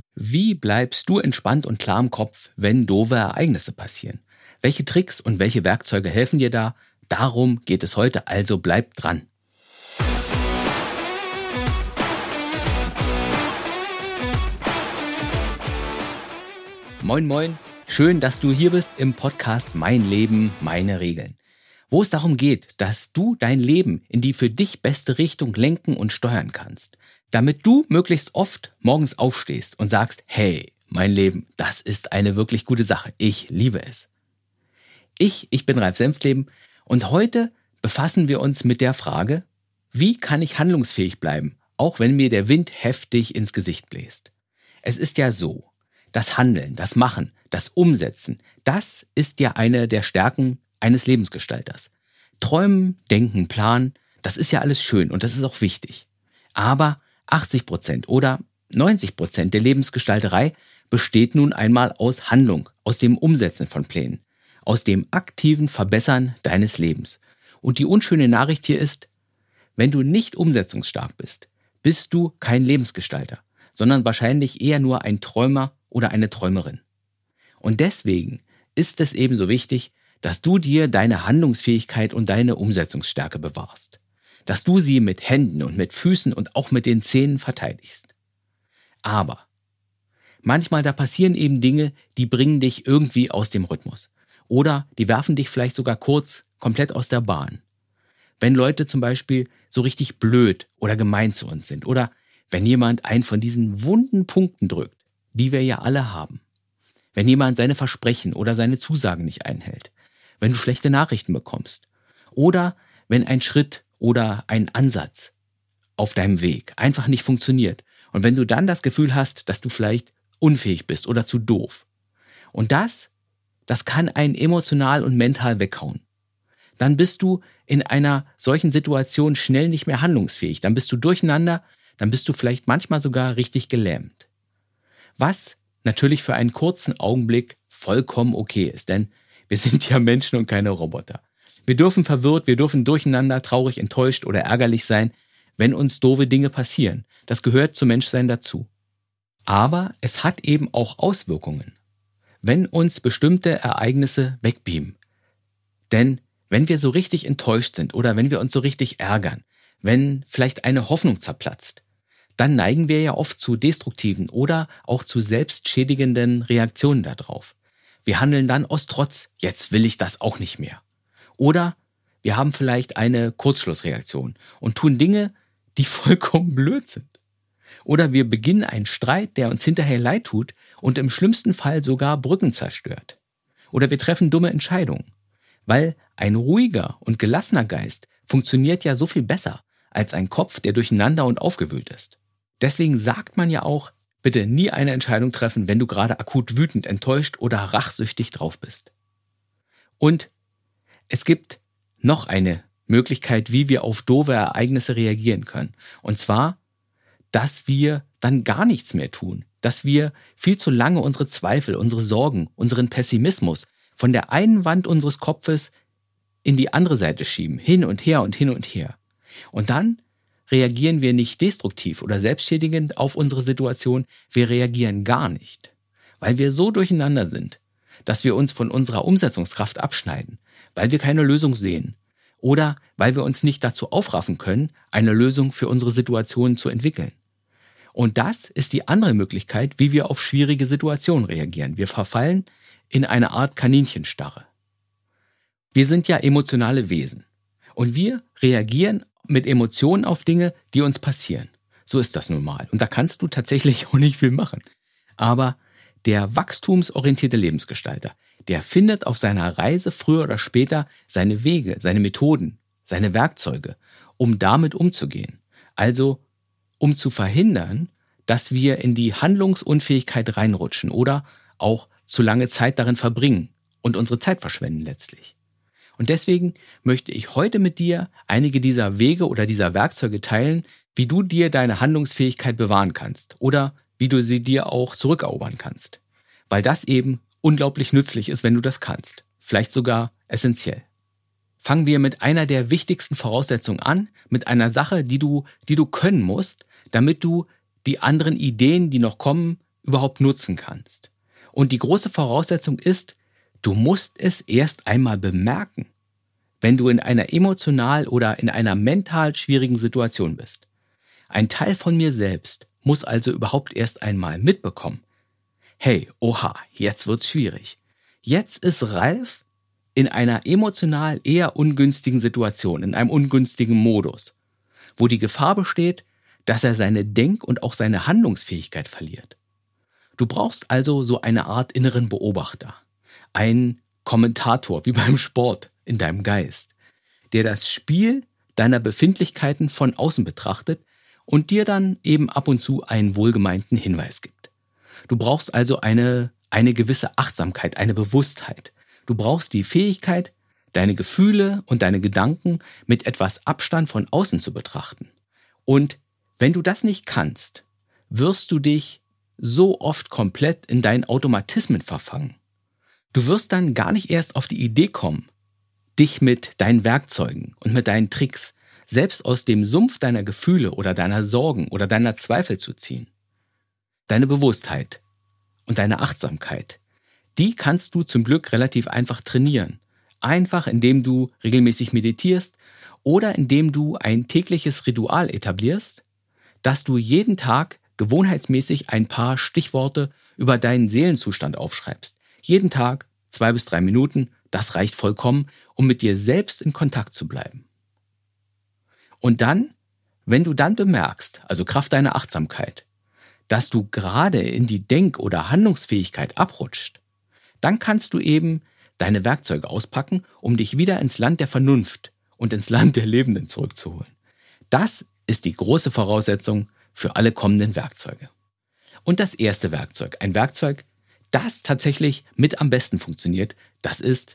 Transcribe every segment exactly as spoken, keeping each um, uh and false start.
Wie bleibst du entspannt und klar im Kopf, wenn doofe Ereignisse passieren? Welche Tricks und welche Werkzeuge helfen dir da? Darum geht es heute, also bleib dran. Moin moin, schön, dass du hier bist im Podcast Mein Leben, meine Regeln. Wo es darum geht, dass du dein Leben in die für dich beste Richtung lenken und steuern kannst. Damit du möglichst oft morgens aufstehst und sagst, hey, mein Leben, das ist eine wirklich gute Sache. Ich liebe es. Ich, ich bin Ralf Senftleben und heute befassen wir uns mit der Frage, wie kann ich handlungsfähig bleiben, auch wenn mir der Wind heftig ins Gesicht bläst. Es ist ja so, das Handeln, das Machen, das Umsetzen, das ist ja eine der Stärken eines Lebensgestalters. Träumen, denken, planen, das ist ja alles schön und das ist auch wichtig. Aber achtzig Prozent oder neunzig Prozent der Lebensgestalterei besteht nun einmal aus Handlung, aus dem Umsetzen von Plänen, aus dem aktiven Verbessern deines Lebens. Und die unschöne Nachricht hier ist, wenn du nicht umsetzungsstark bist, bist du kein Lebensgestalter, sondern wahrscheinlich eher nur ein Träumer oder eine Träumerin. Und deswegen ist es ebenso wichtig, dass du dir deine Handlungsfähigkeit und deine Umsetzungsstärke bewahrst. Dass du sie mit Händen und mit Füßen und auch mit den Zähnen verteidigst. Aber manchmal da passieren eben Dinge, die bringen dich irgendwie aus dem Rhythmus. Oder die werfen dich vielleicht sogar kurz komplett aus der Bahn. Wenn Leute zum Beispiel so richtig blöd oder gemein zu uns sind. Oder wenn jemand einen von diesen wunden Punkten drückt, die wir ja alle haben. Wenn jemand seine Versprechen oder seine Zusagen nicht einhält. Wenn du schlechte Nachrichten bekommst. Oder wenn ein Schritt oder ein Ansatz auf deinem Weg einfach nicht funktioniert. Und wenn du dann das Gefühl hast, dass du vielleicht unfähig bist oder zu doof. Und das, das kann einen emotional und mental weghauen. Dann bist du in einer solchen Situation schnell nicht mehr handlungsfähig. Dann bist du durcheinander, dann bist du vielleicht manchmal sogar richtig gelähmt. Was natürlich für einen kurzen Augenblick vollkommen okay ist, denn wir sind ja Menschen und keine Roboter. Wir dürfen verwirrt, wir dürfen durcheinander, traurig, enttäuscht oder ärgerlich sein, wenn uns doofe Dinge passieren. Das gehört zum Menschsein dazu. Aber es hat eben auch Auswirkungen, wenn uns bestimmte Ereignisse wegbeamen. Denn wenn wir so richtig enttäuscht sind oder wenn wir uns so richtig ärgern, wenn vielleicht eine Hoffnung zerplatzt, dann neigen wir ja oft zu destruktiven oder auch zu selbstschädigenden Reaktionen darauf. Wir handeln dann aus Trotz, jetzt will ich das auch nicht mehr. Oder wir haben vielleicht eine Kurzschlussreaktion und tun Dinge, die vollkommen blöd sind. Oder wir beginnen einen Streit, der uns hinterher leid tut und im schlimmsten Fall sogar Brücken zerstört. Oder wir treffen dumme Entscheidungen, weil ein ruhiger und gelassener Geist funktioniert ja so viel besser als ein Kopf, der durcheinander und aufgewühlt ist. Deswegen sagt man ja auch, bitte nie eine Entscheidung treffen, wenn du gerade akut wütend, enttäuscht oder rachsüchtig drauf bist. Und es gibt noch eine Möglichkeit, wie wir auf doofe Ereignisse reagieren können. Und zwar, dass wir dann gar nichts mehr tun. Dass wir viel zu lange unsere Zweifel, unsere Sorgen, unseren Pessimismus von der einen Wand unseres Kopfes in die andere Seite schieben. Hin und her und hin und her. Und dann reagieren wir nicht destruktiv oder selbstschädigend auf unsere Situation. Wir reagieren gar nicht. Weil wir so durcheinander sind, dass wir uns von unserer Umsetzungskraft abschneiden. Weil wir keine Lösung sehen oder weil wir uns nicht dazu aufraffen können, eine Lösung für unsere Situation zu entwickeln. Und das ist die andere Möglichkeit, wie wir auf schwierige Situationen reagieren. Wir verfallen in eine Art Kaninchenstarre. Wir sind ja emotionale Wesen und wir reagieren mit Emotionen auf Dinge, die uns passieren. So ist das nun mal und da kannst du tatsächlich auch nicht viel machen. Aber der wachstumsorientierte Lebensgestalter, der findet auf seiner Reise früher oder später seine Wege, seine Methoden, seine Werkzeuge, um damit umzugehen. Also um zu verhindern, dass wir in die Handlungsunfähigkeit reinrutschen oder auch zu lange Zeit darin verbringen und unsere Zeit verschwenden letztlich. Und deswegen möchte ich heute mit dir einige dieser Wege oder dieser Werkzeuge teilen, wie du dir deine Handlungsfähigkeit bewahren kannst oder wie du sie dir auch zurückerobern kannst. Weil das eben unglaublich nützlich ist, wenn du das kannst. Vielleicht sogar essentiell. Fangen wir mit einer der wichtigsten Voraussetzungen an, mit einer Sache, die du, die du können musst, damit du die anderen Ideen, die noch kommen, überhaupt nutzen kannst. Und die große Voraussetzung ist, du musst es erst einmal bemerken, wenn du in einer emotional oder in einer mental schwierigen Situation bist. Ein Teil von mir selbst muss also überhaupt erst einmal mitbekommen, hey, oha, jetzt wird's schwierig. Jetzt ist Ralf in einer emotional eher ungünstigen Situation, in einem ungünstigen Modus, wo die Gefahr besteht, dass er seine Denk- und auch seine Handlungsfähigkeit verliert. Du brauchst also so eine Art inneren Beobachter, einen Kommentator, wie beim Sport in deinem Geist, der das Spiel deiner Befindlichkeiten von außen betrachtet und dir dann eben ab und zu einen wohlgemeinten Hinweis gibt. Du brauchst also eine, eine gewisse Achtsamkeit, eine Bewusstheit. Du brauchst die Fähigkeit, deine Gefühle und deine Gedanken mit etwas Abstand von außen zu betrachten. Und wenn du das nicht kannst, wirst du dich so oft komplett in deinen Automatismen verfangen. Du wirst dann gar nicht erst auf die Idee kommen, dich mit deinen Werkzeugen und mit deinen Tricks selbst aus dem Sumpf deiner Gefühle oder deiner Sorgen oder deiner Zweifel zu ziehen. Deine Bewusstheit und deine Achtsamkeit, die kannst du zum Glück relativ einfach trainieren. Einfach indem du regelmäßig meditierst oder indem du ein tägliches Ritual etablierst, dass du jeden Tag gewohnheitsmäßig ein paar Stichworte über deinen Seelenzustand aufschreibst. Jeden Tag zwei bis drei Minuten, das reicht vollkommen, um mit dir selbst in Kontakt zu bleiben. Und dann, wenn du dann bemerkst, also Kraft deiner Achtsamkeit, dass du gerade in die Denk- oder Handlungsfähigkeit abrutscht, dann kannst du eben deine Werkzeuge auspacken, um dich wieder ins Land der Vernunft und ins Land der Lebenden zurückzuholen. Das ist die große Voraussetzung für alle kommenden Werkzeuge. Und das erste Werkzeug, ein Werkzeug, das tatsächlich mit am besten funktioniert, das ist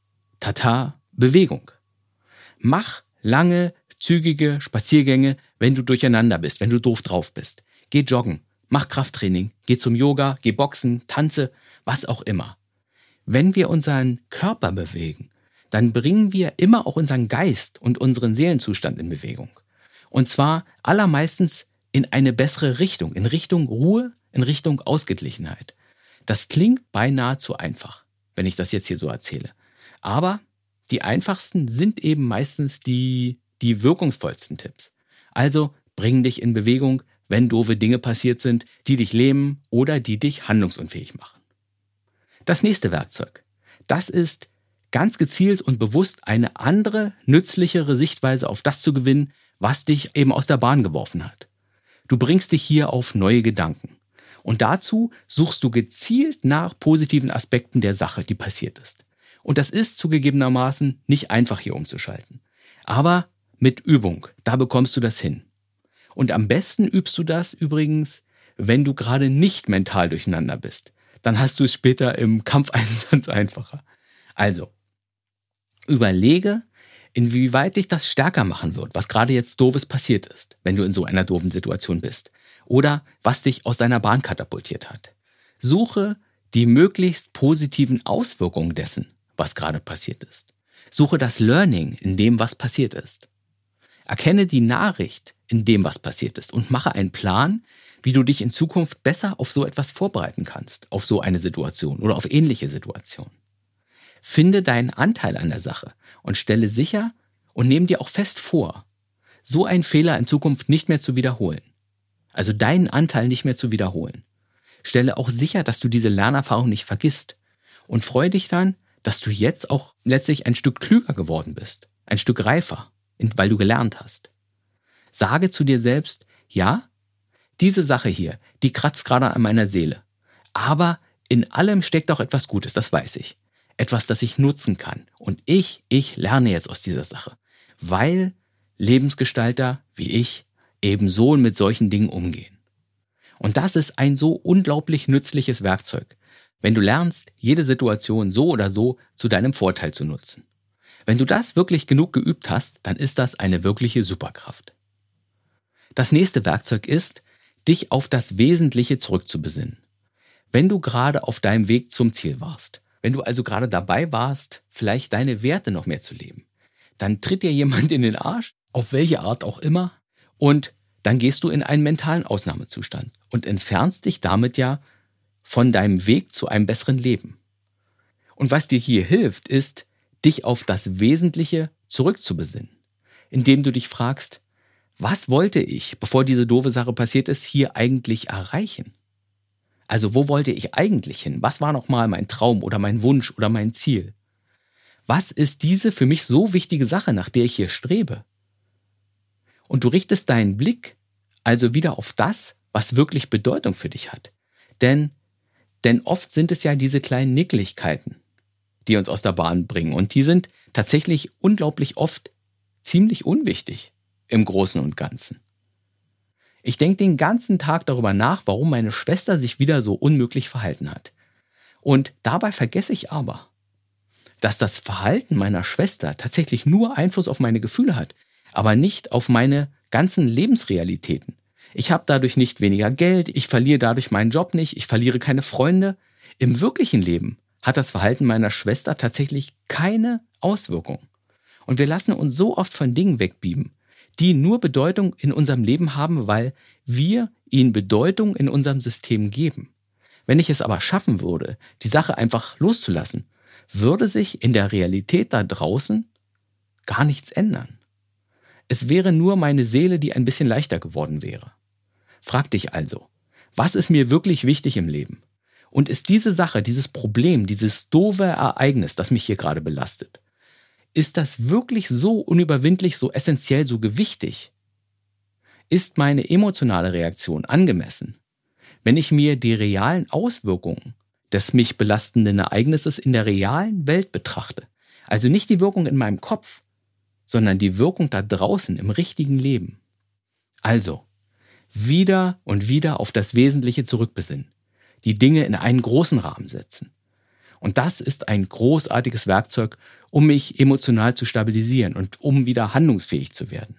Tata Bewegung. Mach lange, zügige Spaziergänge, wenn du durcheinander bist, wenn du doof drauf bist. Geh joggen, mach Krafttraining, geh zum Yoga, geh boxen, tanze, was auch immer. Wenn wir unseren Körper bewegen, dann bringen wir immer auch unseren Geist und unseren Seelenzustand in Bewegung. Und zwar allermeistens in eine bessere Richtung, in Richtung Ruhe, in Richtung Ausgeglichenheit. Das klingt beinahe zu einfach, wenn ich das jetzt hier so erzähle. Aber die einfachsten sind eben meistens die, die wirkungsvollsten Tipps. Also bring dich in Bewegung, wenn doofe Dinge passiert sind, die dich lähmen oder die dich handlungsunfähig machen. Das nächste Werkzeug, das ist ganz gezielt und bewusst eine andere, nützlichere Sichtweise auf das zu gewinnen, was dich eben aus der Bahn geworfen hat. Du bringst dich hier auf neue Gedanken. Und dazu suchst du gezielt nach positiven Aspekten der Sache, die passiert ist. Und das ist zugegebenermaßen nicht einfach hier umzuschalten. Aber mit Übung, da bekommst du das hin. Und am besten übst du das übrigens, wenn du gerade nicht mental durcheinander bist. Dann hast du es später im Kampfeinsatz einfacher. Also, überlege, inwieweit dich das stärker machen wird, was gerade jetzt Doofes passiert ist, wenn du in so einer doofen Situation bist. Oder was dich aus deiner Bahn katapultiert hat. Suche die möglichst positiven Auswirkungen dessen, was gerade passiert ist. Suche das Learning in dem, was passiert ist. Erkenne die Nachricht in dem, was passiert ist und mache einen Plan, wie du dich in Zukunft besser auf so etwas vorbereiten kannst, auf so eine Situation oder auf ähnliche Situationen. Finde deinen Anteil an der Sache und stelle sicher und nehme dir auch fest vor, so einen Fehler in Zukunft nicht mehr zu wiederholen. Also deinen Anteil nicht mehr zu wiederholen. Stelle auch sicher, dass du diese Lernerfahrung nicht vergisst und freue dich dann, dass du jetzt auch letztlich ein Stück klüger geworden bist, ein Stück reifer, weil du gelernt hast. Sage zu dir selbst, ja, diese Sache hier, die kratzt gerade an meiner Seele, aber in allem steckt auch etwas Gutes, das weiß ich. Etwas, das ich nutzen kann. Und ich, ich lerne jetzt aus dieser Sache, weil Lebensgestalter wie ich ebenso mit solchen Dingen umgehen. Und das ist ein so unglaublich nützliches Werkzeug, wenn du lernst, jede Situation so oder so zu deinem Vorteil zu nutzen. Wenn du das wirklich genug geübt hast, dann ist das eine wirkliche Superkraft. Das nächste Werkzeug ist, dich auf das Wesentliche zurückzubesinnen. Wenn du gerade auf deinem Weg zum Ziel warst, wenn du also gerade dabei warst, vielleicht deine Werte noch mehr zu leben, dann tritt dir jemand in den Arsch, auf welche Art auch immer, und dann gehst du in einen mentalen Ausnahmezustand und entfernst dich damit ja von deinem Weg zu einem besseren Leben. Und was dir hier hilft, ist, dich auf das Wesentliche zurückzubesinnen, indem du dich fragst, was wollte ich, bevor diese doofe Sache passiert ist, hier eigentlich erreichen? Also wo wollte ich eigentlich hin? Was war nochmal mein Traum oder mein Wunsch oder mein Ziel? Was ist diese für mich so wichtige Sache, nach der ich hier strebe? Und du richtest deinen Blick also wieder auf das, was wirklich Bedeutung für dich hat. Denn, denn oft sind es ja diese kleinen Nickeligkeiten, die uns aus der Bahn bringen. Und die sind tatsächlich unglaublich oft ziemlich unwichtig im Großen und Ganzen. Ich denke den ganzen Tag darüber nach, warum meine Schwester sich wieder so unmöglich verhalten hat. Und dabei vergesse ich aber, dass das Verhalten meiner Schwester tatsächlich nur Einfluss auf meine Gefühle hat, aber nicht auf meine ganzen Lebensrealitäten. Ich habe dadurch nicht weniger Geld, ich verliere dadurch meinen Job nicht, ich verliere keine Freunde. Im wirklichen Leben hat das Verhalten meiner Schwester tatsächlich keine Auswirkung. Und wir lassen uns so oft von Dingen wegbieben, die nur Bedeutung in unserem Leben haben, weil wir ihnen Bedeutung in unserem System geben. Wenn ich es aber schaffen würde, die Sache einfach loszulassen, würde sich in der Realität da draußen gar nichts ändern. Es wäre nur meine Seele, die ein bisschen leichter geworden wäre. Frag dich also, was ist mir wirklich wichtig im Leben? Und ist diese Sache, dieses Problem, dieses doofe Ereignis, das mich hier gerade belastet, ist das wirklich so unüberwindlich, so essentiell, so gewichtig? Ist meine emotionale Reaktion angemessen, wenn ich mir die realen Auswirkungen des mich belastenden Ereignisses in der realen Welt betrachte? Also nicht die Wirkung in meinem Kopf, sondern die Wirkung da draußen im richtigen Leben. Also, wieder und wieder auf das Wesentliche zurückbesinnen, die Dinge in einen großen Rahmen setzen. Und das ist ein großartiges Werkzeug, um mich emotional zu stabilisieren und um wieder handlungsfähig zu werden.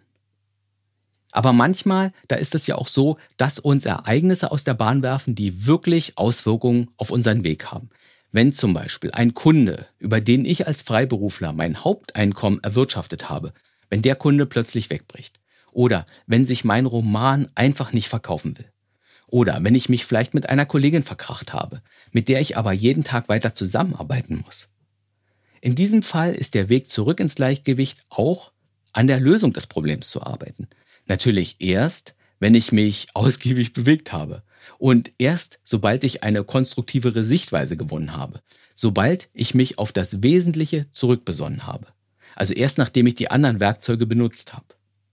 Aber manchmal, da ist es ja auch so, dass uns Ereignisse aus der Bahn werfen, die wirklich Auswirkungen auf unseren Weg haben. Wenn zum Beispiel ein Kunde, über den ich als Freiberufler mein Haupteinkommen erwirtschaftet habe, wenn der Kunde plötzlich wegbricht. Oder wenn sich mein Roman einfach nicht verkaufen will. Oder wenn ich mich vielleicht mit einer Kollegin verkracht habe, mit der ich aber jeden Tag weiter zusammenarbeiten muss. In diesem Fall ist der Weg zurück ins Gleichgewicht auch an der Lösung des Problems zu arbeiten. Natürlich erst, wenn ich mich ausgiebig bewegt habe. Und erst, sobald ich eine konstruktivere Sichtweise gewonnen habe. Sobald ich mich auf das Wesentliche zurückbesonnen habe. Also erst nachdem ich die anderen Werkzeuge benutzt habe.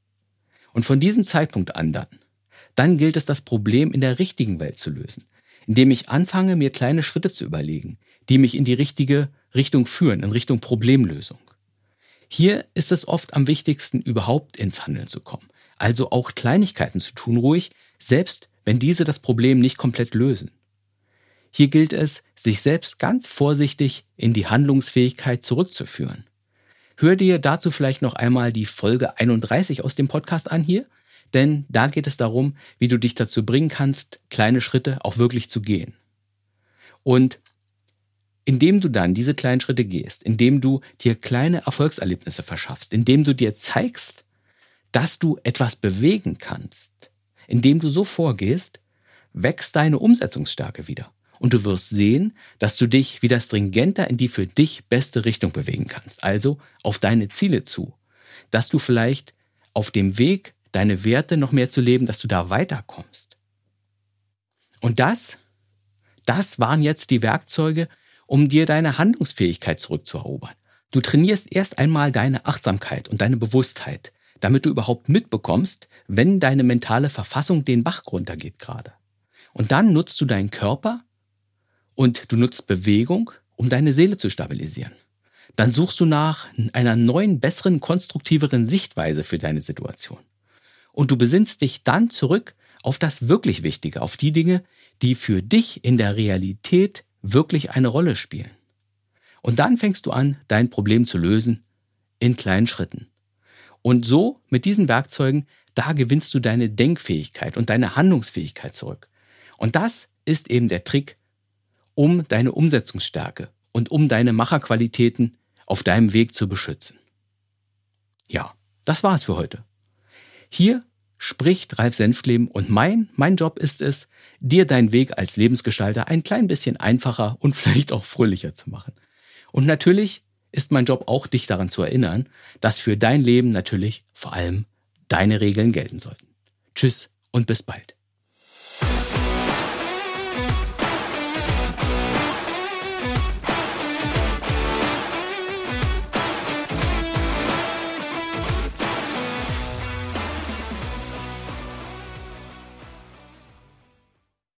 Und von diesem Zeitpunkt an dann, dann gilt es, das Problem in der richtigen Welt zu lösen, indem ich anfange, mir kleine Schritte zu überlegen, die mich in die richtige Richtung führen, in Richtung Problemlösung. Hier ist es oft am wichtigsten, überhaupt ins Handeln zu kommen, also auch Kleinigkeiten zu tun, ruhig, selbst wenn diese das Problem nicht komplett lösen. Hier gilt es, sich selbst ganz vorsichtig in die Handlungsfähigkeit zurückzuführen. Hör dir dazu vielleicht noch einmal die Folge einunddreißig aus dem Podcast an hier, denn da geht es darum, wie du dich dazu bringen kannst, kleine Schritte auch wirklich zu gehen. Und indem du dann diese kleinen Schritte gehst, indem du dir kleine Erfolgserlebnisse verschaffst, indem du dir zeigst, dass du etwas bewegen kannst, indem du so vorgehst, wächst deine Umsetzungsstärke wieder. Und du wirst sehen, dass du dich wieder stringenter in die für dich beste Richtung bewegen kannst, also auf deine Ziele zu. Dass du vielleicht auf dem Weg, deine Werte noch mehr zu leben, dass du da weiterkommst. Und das, das waren jetzt die Werkzeuge, um dir deine Handlungsfähigkeit zurückzuerobern. Du trainierst erst einmal deine Achtsamkeit und deine Bewusstheit, damit du überhaupt mitbekommst, wenn deine mentale Verfassung den Bach runtergeht gerade. Und dann nutzt du deinen Körper und du nutzt Bewegung, um deine Seele zu stabilisieren. Dann suchst du nach einer neuen, besseren, konstruktiveren Sichtweise für deine Situation. Und du besinnst dich dann zurück auf das wirklich Wichtige, auf die Dinge, die für dich in der Realität wirklich eine Rolle spielen. Und dann fängst du an, dein Problem zu lösen in kleinen Schritten. Und so, mit diesen Werkzeugen, da gewinnst du deine Denkfähigkeit und deine Handlungsfähigkeit zurück. Und das ist eben der Trick, um deine Umsetzungsstärke und um deine Macherqualitäten auf deinem Weg zu beschützen. Ja, das war's für heute. Hier spricht Ralf Senftleben und mein, mein Job ist es, dir deinen Weg als Lebensgestalter ein klein bisschen einfacher und vielleicht auch fröhlicher zu machen. Und natürlich ist mein Job auch, dich daran zu erinnern, dass für dein Leben natürlich vor allem deine Regeln gelten sollten. Tschüss und bis bald.